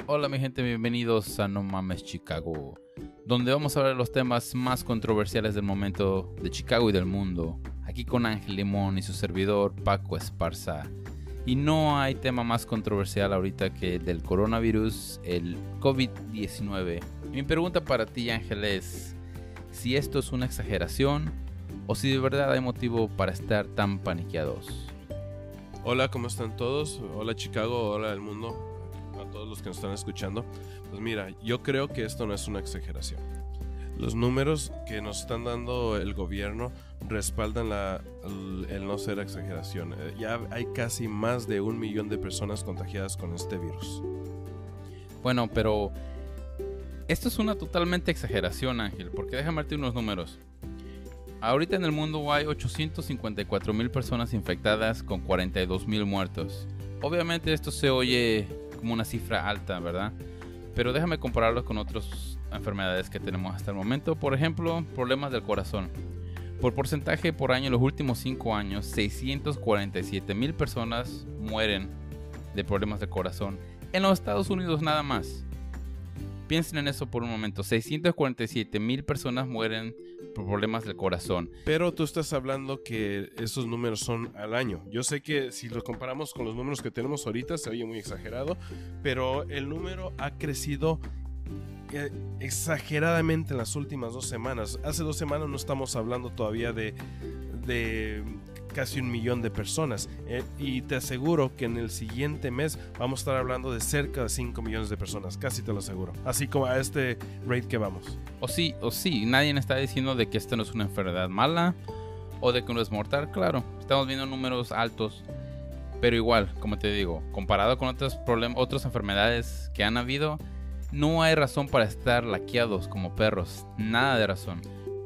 Hola mi gente, bienvenidos a No Mames Chicago, donde vamos a hablar de los temas más controversiales del momento de Chicago y del mundo. Aquí con Ángel Limón y su servidor Paco Esparza. Y no hay tema más controversial ahorita que el del coronavirus, el COVID-19. Mi pregunta para ti, Ángel, es si esto es una exageración o si de verdad hay motivo para estar tan paniqueados. Hola, ¿cómo están todos? Hola Chicago, hola el mundo, a todos los que nos están escuchando. Pues mira, yo creo que esto no es una exageración. Los números que nos están dando el gobierno respaldan el no ser exageración. Ya hay casi más de 1 millón de personas contagiadas con este virus. Bueno, pero esto es una totalmente exageración, Ángel, porque déjame darte unos números. Ahorita en el mundo hay 854,000 personas infectadas con 42,000 muertos. Obviamente esto se oye como una cifra alta, ¿verdad? Pero déjame compararlo con otras enfermedades que tenemos hasta el momento. Por ejemplo, problemas del corazón. Por porcentaje por año en los últimos 5 años, 647,000 personas mueren de problemas de corazón. En los Estados Unidos nada más. Piensen en eso por un momento. 647,000 personas mueren por problemas del corazón. Pero tú estás hablando que esos números son al año. Yo sé que si lo comparamos con los números que tenemos ahorita se oye muy exagerado, pero el número ha crecido exageradamente en las últimas 2 semanas. Hace 2 semanas no estamos hablando todavía de casi 1 millón de personas, y te aseguro que en el siguiente mes vamos a estar hablando de cerca de 5 millones de personas, casi te lo aseguro, así como a este rate que vamos. O sí, nadie está diciendo de que esto no es una enfermedad mala o de que no es mortal. Claro, estamos viendo números altos, pero igual, como te digo, comparado con otras enfermedades que han habido, no hay razón para estar laqueados como perros, nada de razón.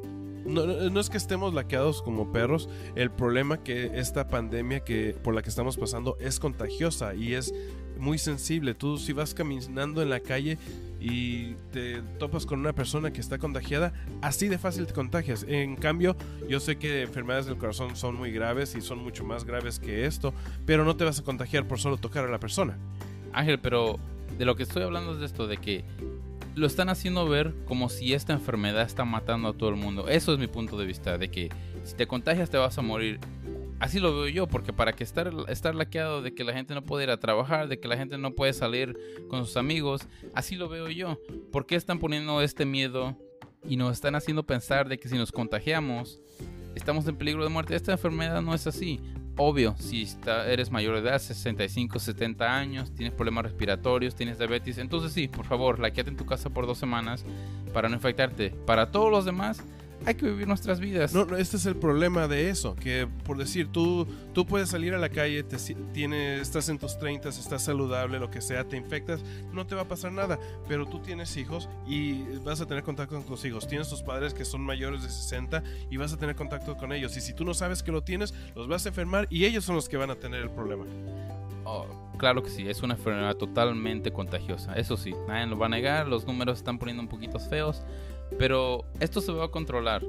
No es que estemos laqueados como perros. El problema que esta pandemia por la que estamos pasando es contagiosa y es muy sensible. Tú si vas caminando en la calle y te topas con una persona que está contagiada, así de fácil te contagias. En cambio, yo sé que enfermedades del corazón son muy graves y son mucho más graves que esto, pero no te vas a contagiar por solo tocar a la persona. Ángel, pero de lo que estoy hablando es de esto, de que lo están haciendo ver como si esta enfermedad está matando a todo el mundo. Eso es mi punto de vista, de que si te contagias te vas a morir. Así lo veo yo, porque para que estar laqueado de que la gente no puede ir a trabajar, de que la gente no puede salir con sus amigos, así lo veo yo. ¿Por qué están poniendo este miedo y nos están haciendo pensar de que si nos contagiamos estamos en peligro de muerte? Esta enfermedad no es así. Obvio, si eres mayor de edad, 65, 70 años, tienes problemas respiratorios, tienes diabetes, entonces sí, por favor, laquéate en tu casa por 2 semanas para no infectarte. Para todos los demás, hay que vivir nuestras vidas. No, este es el problema de eso, que por decir, tú puedes salir a la calle, estás en tus 30, estás saludable, lo que sea, te infectas, no te va a pasar nada, pero tú tienes hijos y vas a tener contacto con tus hijos, tienes tus padres que son mayores de 60 y vas a tener contacto con ellos, y si tú no sabes que lo tienes, los vas a enfermar y ellos son los que van a tener el problema. Oh, claro que sí, es una enfermedad totalmente contagiosa, eso sí, nadie lo va a negar, los números se están poniendo un poquito feos, pero esto se va a controlar.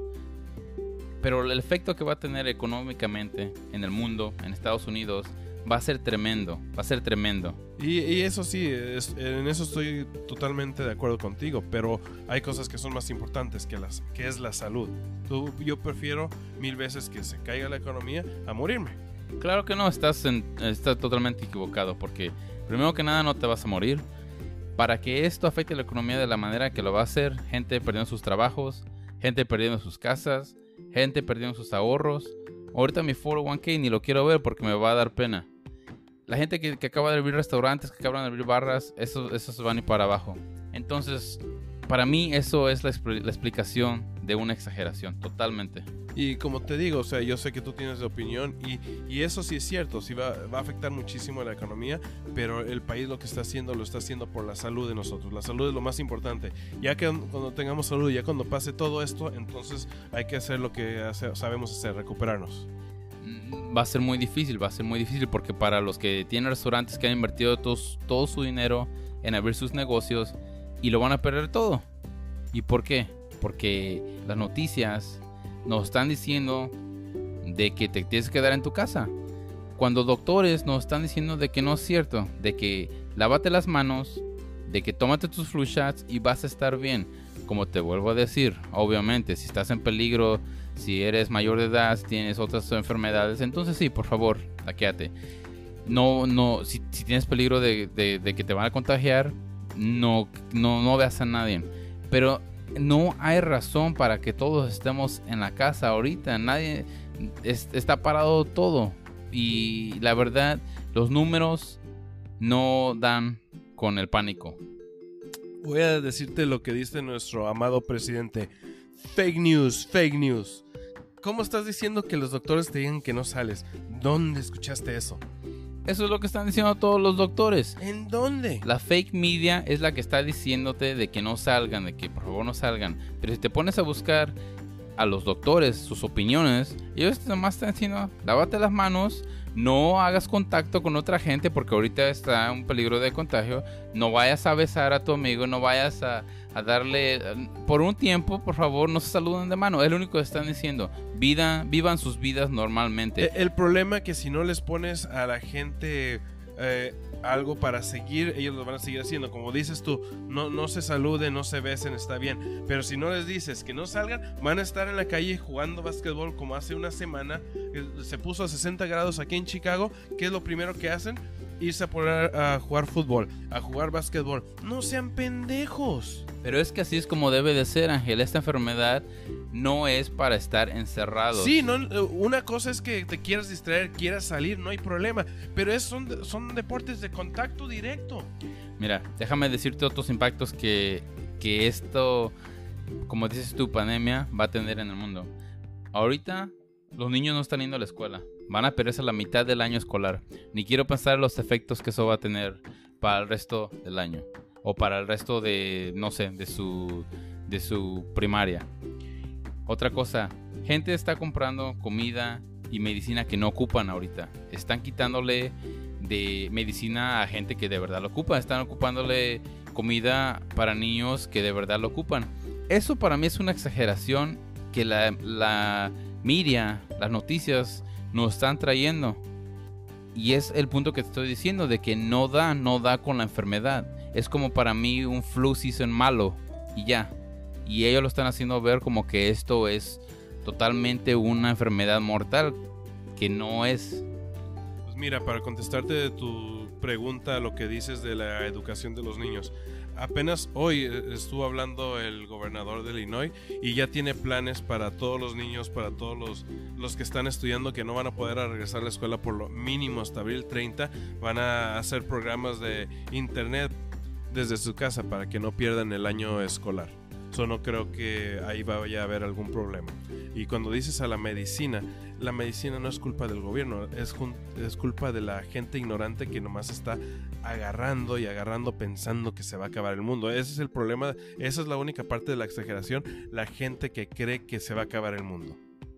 Pero el efecto que va a tener económicamente en el mundo, en Estados Unidos, va a ser tremendo, Y eso sí, en eso estoy totalmente de acuerdo contigo, pero hay cosas que son más importantes que es la salud. Yo prefiero 1000 veces que se caiga la economía a morirme. Claro que no, estás totalmente equivocado, porque primero que nada no te vas a morir. Para que esto afecte la economía de la manera que lo va a hacer, gente perdiendo sus trabajos, gente perdiendo sus casas, gente perdiendo sus ahorros. Ahorita mi 401k ni lo quiero ver porque me va a dar pena. La gente que acaba de abrir restaurantes, que acaban de abrir barras, esos van a ir para abajo. Entonces, para mí eso es la explicación de una exageración, totalmente. Y como te digo, o sea, yo sé que tú tienes de opinión y eso sí es cierto, sí va a afectar muchísimo a la economía, pero el país lo está haciendo por la salud de nosotros. La salud es lo más importante. Ya que cuando tengamos salud, ya cuando pase todo esto, entonces hay que hacer lo que sabemos hacer, recuperarnos. Va a ser muy difícil porque para los que tienen restaurantes que han invertido todo su dinero en abrir sus negocios y lo van a perder todo. ¿Y por qué? Porque las noticias nos están diciendo de que te tienes que quedar en tu casa, cuando doctores nos están diciendo de que no es cierto, de que lávate las manos, de que tómate tus flu shots y vas a estar bien. Como te vuelvo a decir, obviamente, si estás en peligro, si eres mayor de edad, si tienes otras enfermedades, entonces sí, por favor, quédate. Si tienes peligro de que te van a contagiar, no veas a nadie. Pero no hay razón para que todos estemos en la casa ahorita. Nadie está parado todo. Y la verdad, los números no dan con el pánico. Voy a decirte lo que dice nuestro amado presidente. Fake news, fake news. ¿Cómo estás diciendo que los doctores te digan que no sales? ¿Dónde escuchaste eso? Eso es lo que están diciendo todos los doctores. ¿En dónde? La fake media es la que está diciéndote de que no salgan, de que por favor no salgan. Pero si te pones a buscar a los doctores, sus opiniones, ellos nomás están diciendo, lávate las manos, no hagas contacto con otra gente porque ahorita está un peligro de contagio, no vayas a besar a tu amigo, no vayas a darle, por un tiempo, por favor, no se saluden de mano. Es lo único que están diciendo. Vivan sus vidas normalmente. El problema es que si no les pones a la gente algo para seguir, ellos lo van a seguir haciendo. Como dices tú, no se saluden, no se besen, está bien. Pero si no les dices que no salgan, van a estar en la calle jugando básquetbol como hace una semana. Se puso a 60 grados aquí en Chicago. ¿Qué es lo primero que hacen? Irse a poner a jugar fútbol, a jugar básquetbol. No sean pendejos. Pero es que así es como debe de ser, Ángel. Esta enfermedad no es para estar encerrados. Sí, una cosa es que te quieras distraer, quieras salir, no hay problema. Pero son deportes de contacto directo. Mira, déjame decirte otros impactos que esto, como dices tú, pandemia va a tener en el mundo. Ahorita los niños no están yendo a la escuela. Van a perderse la mitad del año escolar. Ni quiero pensar en los efectos que eso va a tener para el resto del año. O para el resto de, no sé, de su primaria. Otra cosa, gente está comprando comida y medicina que no ocupan ahorita. Están quitándole de medicina a gente que de verdad lo ocupa. Están ocupándole comida para niños que de verdad lo ocupan. Eso para mí es una exageración que la media, las noticias nos están trayendo. Y es el punto que te estoy diciendo, de que no da con la enfermedad. Es como para mí un flu season malo y ya. Y ellos lo están haciendo ver como que esto es totalmente una enfermedad mortal, que no es. Pues mira, para contestarte de tu pregunta, lo que dices de la educación de los niños. Apenas hoy estuvo hablando el gobernador de Illinois y ya tiene planes para todos los niños, para todos los que están estudiando que no van a poder regresar a la escuela por lo mínimo hasta abril 30. Van a hacer programas de internet desde su casa para que no pierdan el año escolar. No creo que ahí vaya a haber algún problema. Y cuando dices a la medicina no es culpa del gobierno, es culpa de la gente ignorante que nomás está agarrando pensando que se va a acabar el mundo. Ese es el problema, esa es la única parte de la exageración, la gente que cree que se va a acabar el mundo.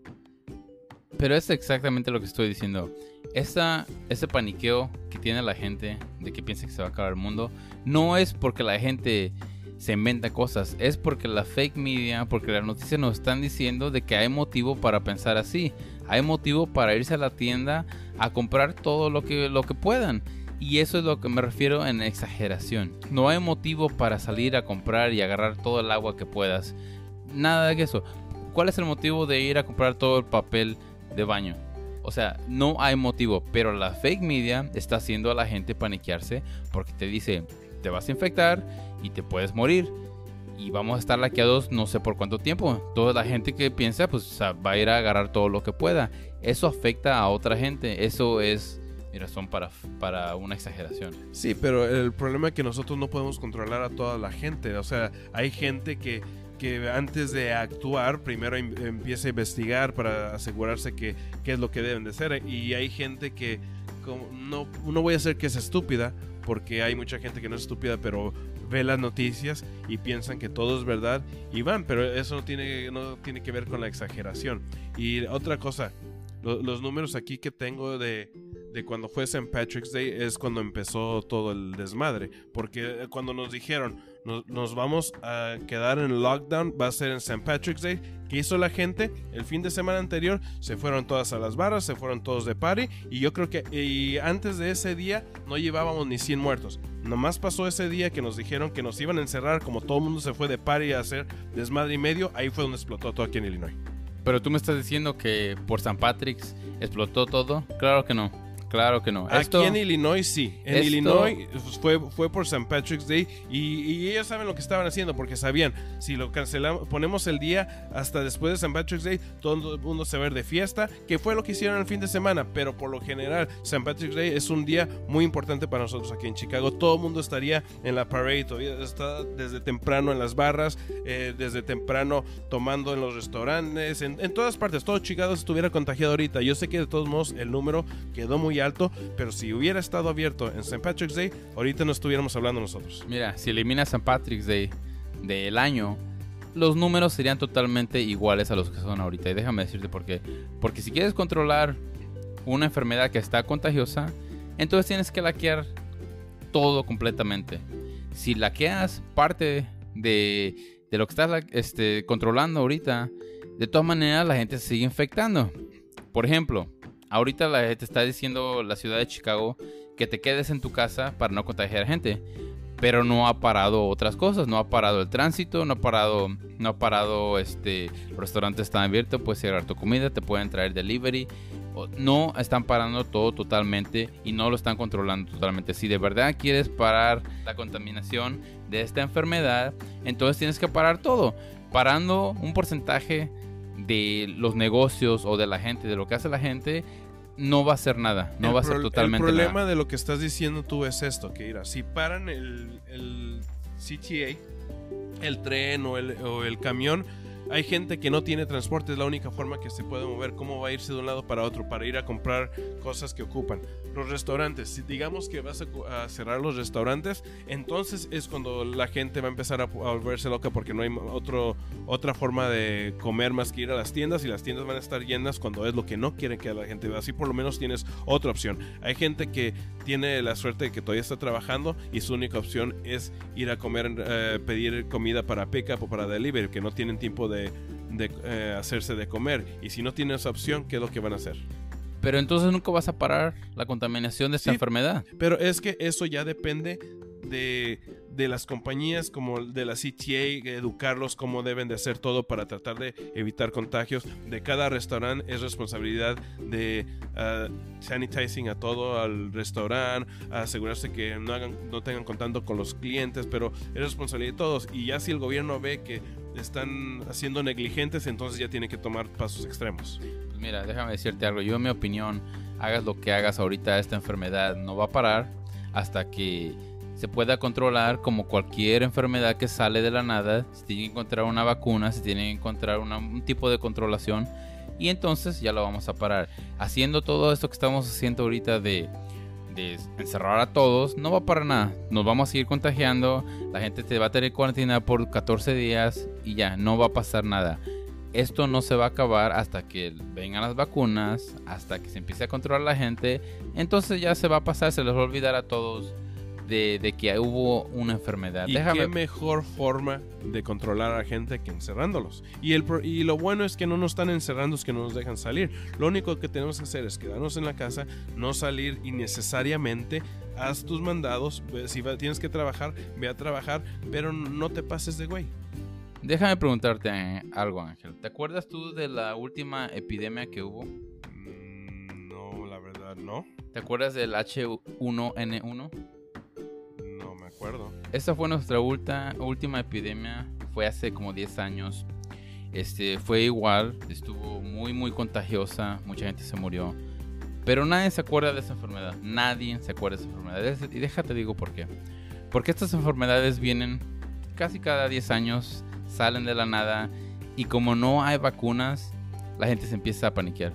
Pero es exactamente lo que estoy diciendo. Ese paniqueo que tiene la gente de que piensa que se va a acabar el mundo, no es porque la gente se inventa cosas, es porque la fake media, porque las noticias nos están diciendo de que hay motivo para pensar así. Hay motivo para irse a la tienda a comprar todo lo que puedan. Y eso es lo que me refiero en exageración. No hay motivo para salir a comprar y agarrar todo el agua que puedas. Nada de eso. ¿Cuál es el motivo de ir a comprar todo el papel de baño? O sea, no hay motivo. Pero la fake media está haciendo a la gente paniquearse porque te dice, te vas a infectar y te puedes morir. Y vamos a estar laqueados no sé por cuánto tiempo. Toda la gente que piensa, pues va a ir a agarrar todo lo que pueda. Eso afecta a otra gente. Eso es razón para una exageración. Sí, pero el problema es que nosotros no podemos controlar a toda la gente. O sea, hay gente que antes de actuar primero empieza a investigar para asegurarse qué es lo que deben de hacer. Y hay gente que no voy a decir que es estúpida, porque hay mucha gente que no es estúpida, pero ve las noticias y piensan que todo es verdad y van, pero eso no tiene que ver con la exageración. Y otra cosa, los números aquí que tengo de cuando fue St. Patrick's Day es cuando empezó todo el desmadre, porque cuando nos dijeron nos vamos a quedar en lockdown, va a ser en St. Patrick's Day. ¿Qué hizo la gente? El fin de semana anterior se fueron todas a las barras, se fueron todos de party, y yo creo que antes de ese día no llevábamos ni 100 muertos. Nomás pasó ese día que nos dijeron que nos iban a encerrar, como todo el mundo se fue de party a hacer desmadre y medio, ahí fue donde explotó todo aquí en Illinois. Pero tú me estás diciendo que por St. Patrick's explotó todo. Claro que no. Claro que no. Aquí en Illinois sí. En Illinois fue por St. Patrick's Day y ellos saben lo que estaban haciendo porque sabían, si lo cancelamos, ponemos el día hasta después de St. Patrick's Day, todo el mundo se va a ver de fiesta, que fue lo que hicieron el fin de semana, pero por lo general St. Patrick's Day es un día muy importante para nosotros aquí en Chicago. Todo el mundo estaría en la parade, todavía está desde temprano en las barras, desde temprano tomando en los restaurantes, en todas partes. Todo Chicago estuviera contagiado ahorita. Yo sé que de todos modos el número quedó muy alto, pero si hubiera estado abierto en St. Patrick's Day, ahorita no estuviéramos hablando nosotros. Mira, si eliminas St. Patrick's Day del año, los números serían totalmente iguales a los que son ahorita. Y déjame decirte por qué. Porque si quieres controlar una enfermedad que está contagiosa, entonces tienes que laquear todo completamente. Si laqueas parte de lo que estás controlando ahorita, de todas maneras la gente se sigue infectando. Por ejemplo, ahorita la gente está diciendo, la ciudad de Chicago, que te quedes en tu casa para no contagiar a gente. Pero no ha parado otras cosas, no ha parado el tránsito, no ha parado los restaurantes están abiertos, puedes llevar tu comida, te pueden traer delivery. No están parando todo totalmente y no lo están controlando totalmente. Si de verdad quieres parar la contaminación de esta enfermedad, entonces tienes que parar todo. Parando un porcentaje de los negocios o de la gente, de lo que hace la gente, no va a hacer nada, no va a ser totalmente nada. El problema de lo que estás diciendo tú es esto, que mira, si paran el CTA, el tren o el camión, hay gente que no tiene transporte, es la única forma que se puede mover. ¿Cómo va a irse de un lado para otro para ir a comprar cosas que ocupan? Los restaurantes, si digamos que vas a cerrar los restaurantes, entonces es cuando la gente va a empezar a volverse loca porque no hay otra forma de comer más que ir a las tiendas, y las tiendas van a estar llenas cuando es lo que no quieren que la gente vea. Así por lo menos tienes otra opción. Hay gente que tiene la suerte de que todavía está trabajando y su única opción es ir a comer, pedir comida para pick-up o para delivery, que no tienen tiempo de hacerse de comer. Y si no tienen esa opción, ¿qué es lo que van a hacer? Pero entonces nunca vas a parar la contaminación de esta enfermedad. Pero es que eso ya depende de las compañías como de la CTA, educarlos cómo deben de hacer todo para tratar de evitar contagios. De cada restaurante es responsabilidad de sanitizing a todo al restaurante, asegurarse que no tengan contacto con los clientes, pero es responsabilidad de todos. Y ya si el gobierno ve que están haciendo negligentes, entonces ya tiene que tomar pasos extremos. Pues mira, déjame decirte algo. Yo, en mi opinión, hagas lo que hagas ahorita, esta enfermedad no va a parar hasta que se pueda controlar, como cualquier enfermedad que sale de la nada. Se tiene que encontrar una vacuna, se tiene que encontrar un tipo de controlación, y entonces ya lo vamos a parar. Haciendo todo esto que estamos haciendo ahorita de encerrar a todos, no va a parar nada. Nos vamos a seguir contagiando, la gente te va a tener cuarentena por 14 días y ya, no va a pasar nada. Esto no se va a acabar hasta que vengan las vacunas, hasta que se empiece a controlar la gente. Entonces ya se va a pasar, se les va a olvidar a todos de que hubo una enfermedad. ¿Y qué mejor forma de controlar a la gente que encerrándolos? Y lo bueno es que no nos están encerrando, es que no nos dejan salir. Lo único que tenemos que hacer es quedarnos en la casa, no salir innecesariamente. Haz tus mandados, si tienes que trabajar, ve a trabajar, pero no te pases de güey. Déjame preguntarte algo, Ángel. ¿Te acuerdas tú de la última epidemia que hubo? No, la verdad no. ¿Te acuerdas del H1N1? No me acuerdo. Esta fue nuestra última epidemia. Fue hace como 10 años. Fue igual. Estuvo muy muy contagiosa. Mucha gente se murió. Pero nadie se acuerda de esa enfermedad. Nadie se acuerda de esa enfermedad. Y déjate digo por qué. Porque estas enfermedades vienen casi cada 10 años. Salen de la nada. Y como no hay vacunas, la gente se empieza a paniquear.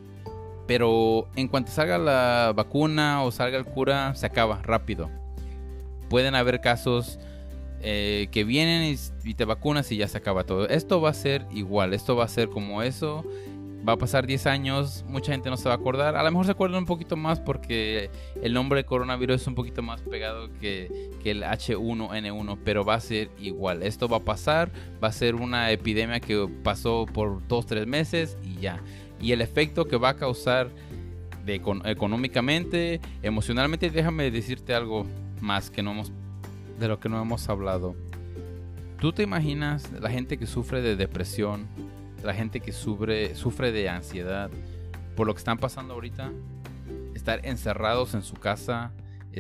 Pero en cuanto salga la vacuna o salga el cura, se acaba rápido. Pueden haber casos que vienen y te vacunas y ya se acaba todo. Esto va a ser igual, esto va a ser como eso. Va a pasar 10 años, mucha gente no se va a acordar. A lo mejor se acuerdan un poquito más porque el nombre de coronavirus es un poquito más pegado que el H1N1, pero va a ser igual. Esto va a pasar, va a ser una epidemia que pasó por 2-3 meses y ya. Y el efecto que va a causar económicamente, emocionalmente, déjame decirte algo más de lo que no hemos hablado. ¿Tú te imaginas la gente que sufre de depresión, la gente que sufre de ansiedad por lo que están pasando ahorita? Estar encerrados en su casa,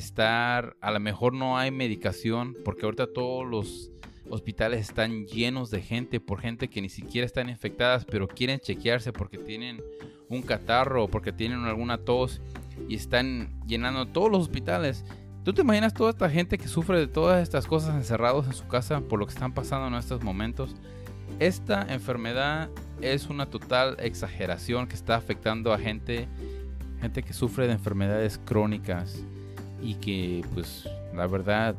a lo mejor no hay medicación, porque ahorita todos los hospitales están llenos de gente, por gente que ni siquiera están infectadas, pero quieren chequearse porque tienen un catarro o porque tienen alguna tos y están llenando todos los hospitales. ¿Tú te imaginas toda esta gente que sufre de todas estas cosas encerrados en su casa por lo que están pasando en estos momentos? Esta enfermedad es una total exageración que está afectando a gente que sufre de enfermedades crónicas y que, pues, la verdad,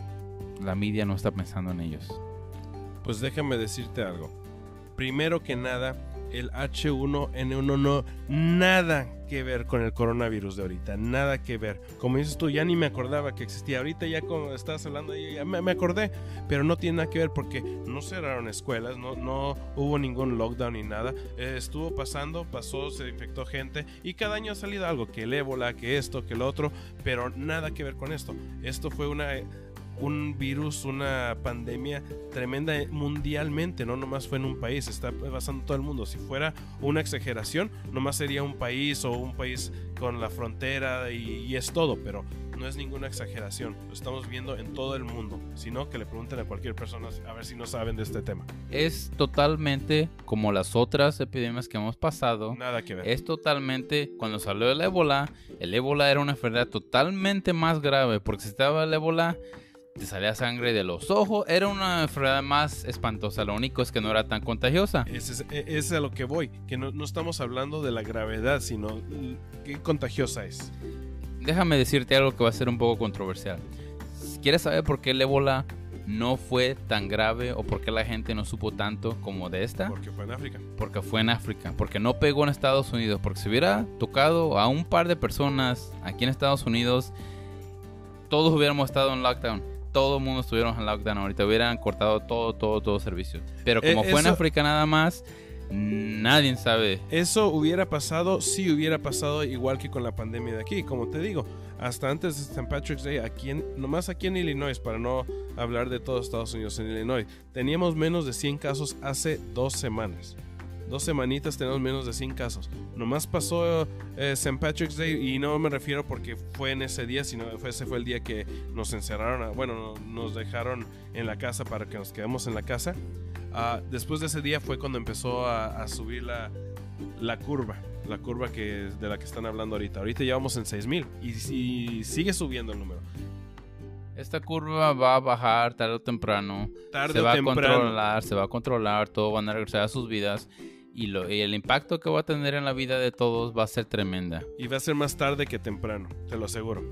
la media no está pensando en ellos. Pues déjame decirte algo. Primero que nada, el H1N1 no nada que ver con el coronavirus de ahorita, nada que ver. Como dices tú, ya ni me acordaba que existía. Ahorita ya como estás hablando, ya me acordé, pero no tiene nada que ver porque no cerraron escuelas, no hubo ningún lockdown ni nada. Estuvo pasó, se infectó gente y cada año ha salido algo, que el ébola, que esto, que lo otro, pero nada que ver con esto. Esto fue un virus, una pandemia tremenda mundialmente, no nomás fue en un país, está pasando todo el mundo. Si fuera una exageración, nomás sería un país o un país con la frontera y es todo, pero no es ninguna exageración, lo estamos viendo en todo el mundo. Si no, que le pregunten a cualquier persona a ver si no saben de este tema. Es totalmente como las otras epidemias que hemos pasado. Nada que ver. Es totalmente, cuando salió el ébola era una enfermedad totalmente más grave, porque si estaba el ébola te salía sangre de los ojos, era una enfermedad más espantosa. Lo único es que no era tan contagiosa. Es a lo que voy, que no estamos hablando de la gravedad, sino qué contagiosa es. Déjame decirte algo que va a ser un poco controversial. ¿Quieres saber por qué el ébola no fue tan grave o por qué la gente no supo tanto como de esta? Porque fue en África. Porque fue en África, porque no pegó en Estados Unidos, porque si hubiera tocado a un par de personas aquí en Estados Unidos, todos hubiéramos estado en lockdown. Todo el mundo estuviera en lockdown ahorita, hubieran cortado todo servicio. Pero como fue en África nada más, nadie sabe. Eso hubiera pasado, sí hubiera pasado igual que con la pandemia de aquí. Como te digo, hasta antes de St. Patrick's Day, nomás aquí en Illinois, para no hablar de todo Estados Unidos, en Illinois, teníamos menos de 100 casos hace 2 semanas. 2 semanitas tenemos menos de 100 casos. Nomás pasó St. Patrick's Day y no me refiero porque fue en ese día, sino ese fue el día que nos encerraron, nos dejaron en la casa para que nos quedemos en la casa. Después de ese día fue cuando empezó a subir la curva de la que están hablando ahorita. Ahorita ya vamos en 6,000 y sigue subiendo el número. Esta curva va a bajar tarde o temprano. Se va a controlar, todos van a regresar a sus vidas. Y el impacto que va a tener en la vida de todos va a ser tremenda. Y va a ser más tarde que temprano, te lo aseguro.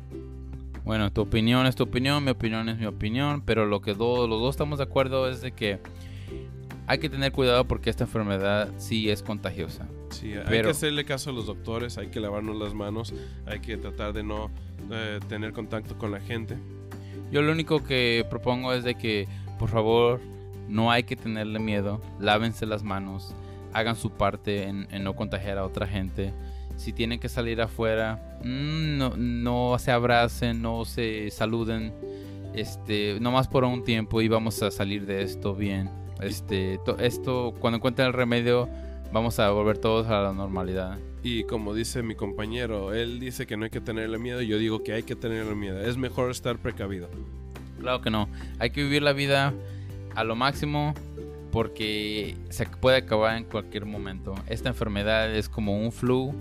Bueno, tu opinión es tu opinión, mi opinión es mi opinión, pero lo que los dos estamos de acuerdo es de que hay que tener cuidado porque esta enfermedad sí es contagiosa. Sí, hay que hacerle caso a los doctores, hay que lavarnos las manos, hay que tratar de no tener contacto con la gente. Yo lo único que propongo es de que, por favor, no hay que tenerle miedo, lávense las manos, hagan su parte en no contagiar a otra gente. Si tienen que salir afuera, no se abracen, no se saluden, nomás por un tiempo y vamos a salir de esto bien. Esto cuando encuentren el remedio, vamos a volver todos a la normalidad. Y como dice mi compañero, él dice que no hay que tenerle miedo, yo digo que hay que tenerle miedo. Es mejor estar precavido. Claro que no, hay que vivir la vida a lo máximo porque se puede acabar en cualquier momento. Esta enfermedad es como un flu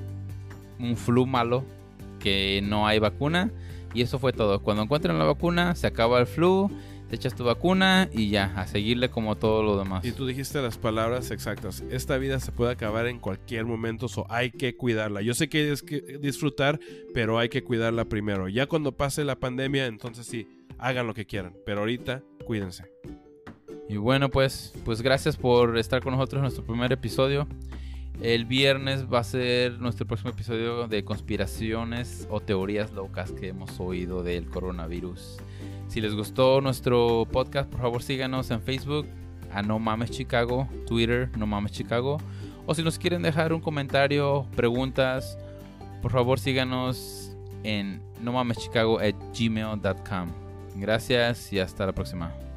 malo que no hay vacuna y eso fue todo. Cuando encuentren la vacuna se acaba el flu, te echas tu vacuna y ya, a seguirle como todo lo demás. Y tú dijiste las palabras exactas. Esta vida se puede acabar en cualquier momento, hay que cuidarla. Yo sé que es que disfrutar, pero hay que cuidarla primero. Ya cuando pase la pandemia, entonces sí, hagan lo que quieran, pero ahorita cuídense. Y bueno, pues gracias por estar con nosotros en nuestro primer episodio. El viernes va a ser nuestro próximo episodio de conspiraciones o teorías locas que hemos oído del coronavirus. Si les gustó nuestro podcast, por favor síganos en Facebook a No Mames Chicago, Twitter No Mames Chicago, o si nos quieren dejar un comentario, preguntas, por favor síganos en nomameschicago@gmail.com. Gracias y hasta la próxima.